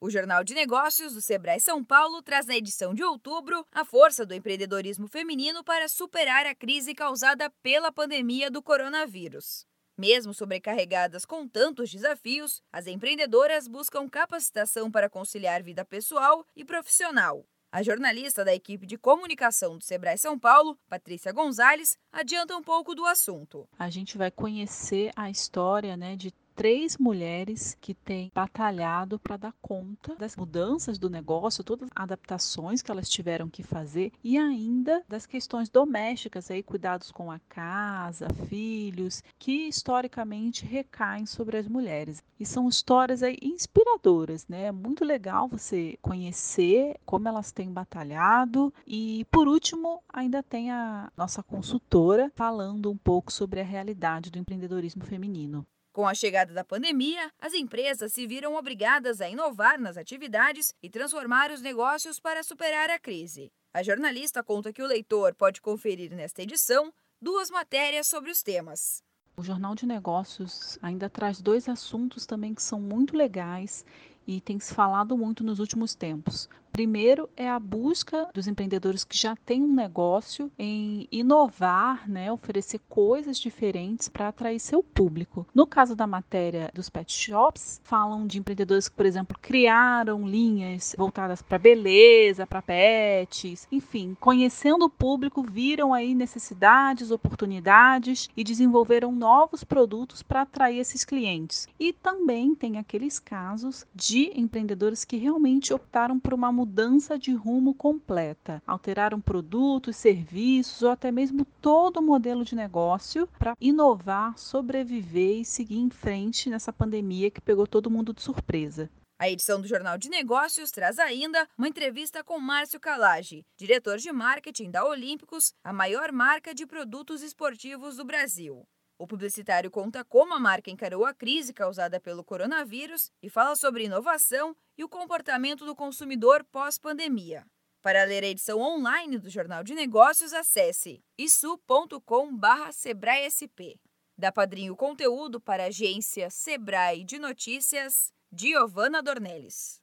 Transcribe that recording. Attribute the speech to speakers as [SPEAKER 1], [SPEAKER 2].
[SPEAKER 1] O Jornal de Negócios do Sebrae São Paulo traz na edição de outubro a força do empreendedorismo feminino para superar a crise causada pela pandemia do coronavírus. Mesmo sobrecarregadas com tantos desafios, as empreendedoras buscam capacitação para conciliar vida pessoal e profissional. A jornalista da equipe de comunicação do Sebrae São Paulo, Patrícia Gonzalez, adianta um pouco do assunto.
[SPEAKER 2] A gente vai conhecer a história, de 3 mulheres que têm batalhado para dar conta das mudanças do negócio, todas as adaptações que elas tiveram que fazer e ainda das questões domésticas, cuidados com a casa, filhos, que historicamente recaem sobre as mulheres. E são histórias inspiradoras, né? É muito legal você conhecer como elas têm batalhado e, por último, ainda tem a nossa consultora falando um pouco sobre a realidade do empreendedorismo feminino.
[SPEAKER 1] Com a chegada da pandemia, as empresas se viram obrigadas a inovar nas atividades e transformar os negócios para superar a crise. A jornalista conta que o leitor pode conferir nesta edição 2 matérias sobre os temas.
[SPEAKER 2] O Jornal de Negócios ainda traz 2 assuntos também que são muito legais e tem se falado muito nos últimos tempos. Primeiro é a busca dos empreendedores que já têm um negócio em inovar, oferecer coisas diferentes para atrair seu público. No caso da matéria dos pet shops, falam de empreendedores que, por exemplo, criaram linhas voltadas para beleza, para pets, enfim, conhecendo o público, viram aí necessidades, oportunidades e desenvolveram novos produtos para atrair esses clientes. E também tem aqueles casos de empreendedores que realmente optaram por uma mudança de rumo completa, alteraram produtos, serviços ou até mesmo todo o modelo de negócio para inovar, sobreviver e seguir em frente nessa pandemia que pegou todo mundo de surpresa.
[SPEAKER 1] A edição do Jornal de Negócios traz ainda uma entrevista com Márcio Calage, diretor de marketing da Olímpicos, a maior marca de produtos esportivos do Brasil. O publicitário conta como a marca encarou a crise causada pelo coronavírus e fala sobre inovação e o comportamento do consumidor pós-pandemia. Para ler a edição online do Jornal de Negócios, acesse isso.com/SebraeSP. Da Padrinho Conteúdo para a agência Sebrae de Notícias, Giovana Dornelles.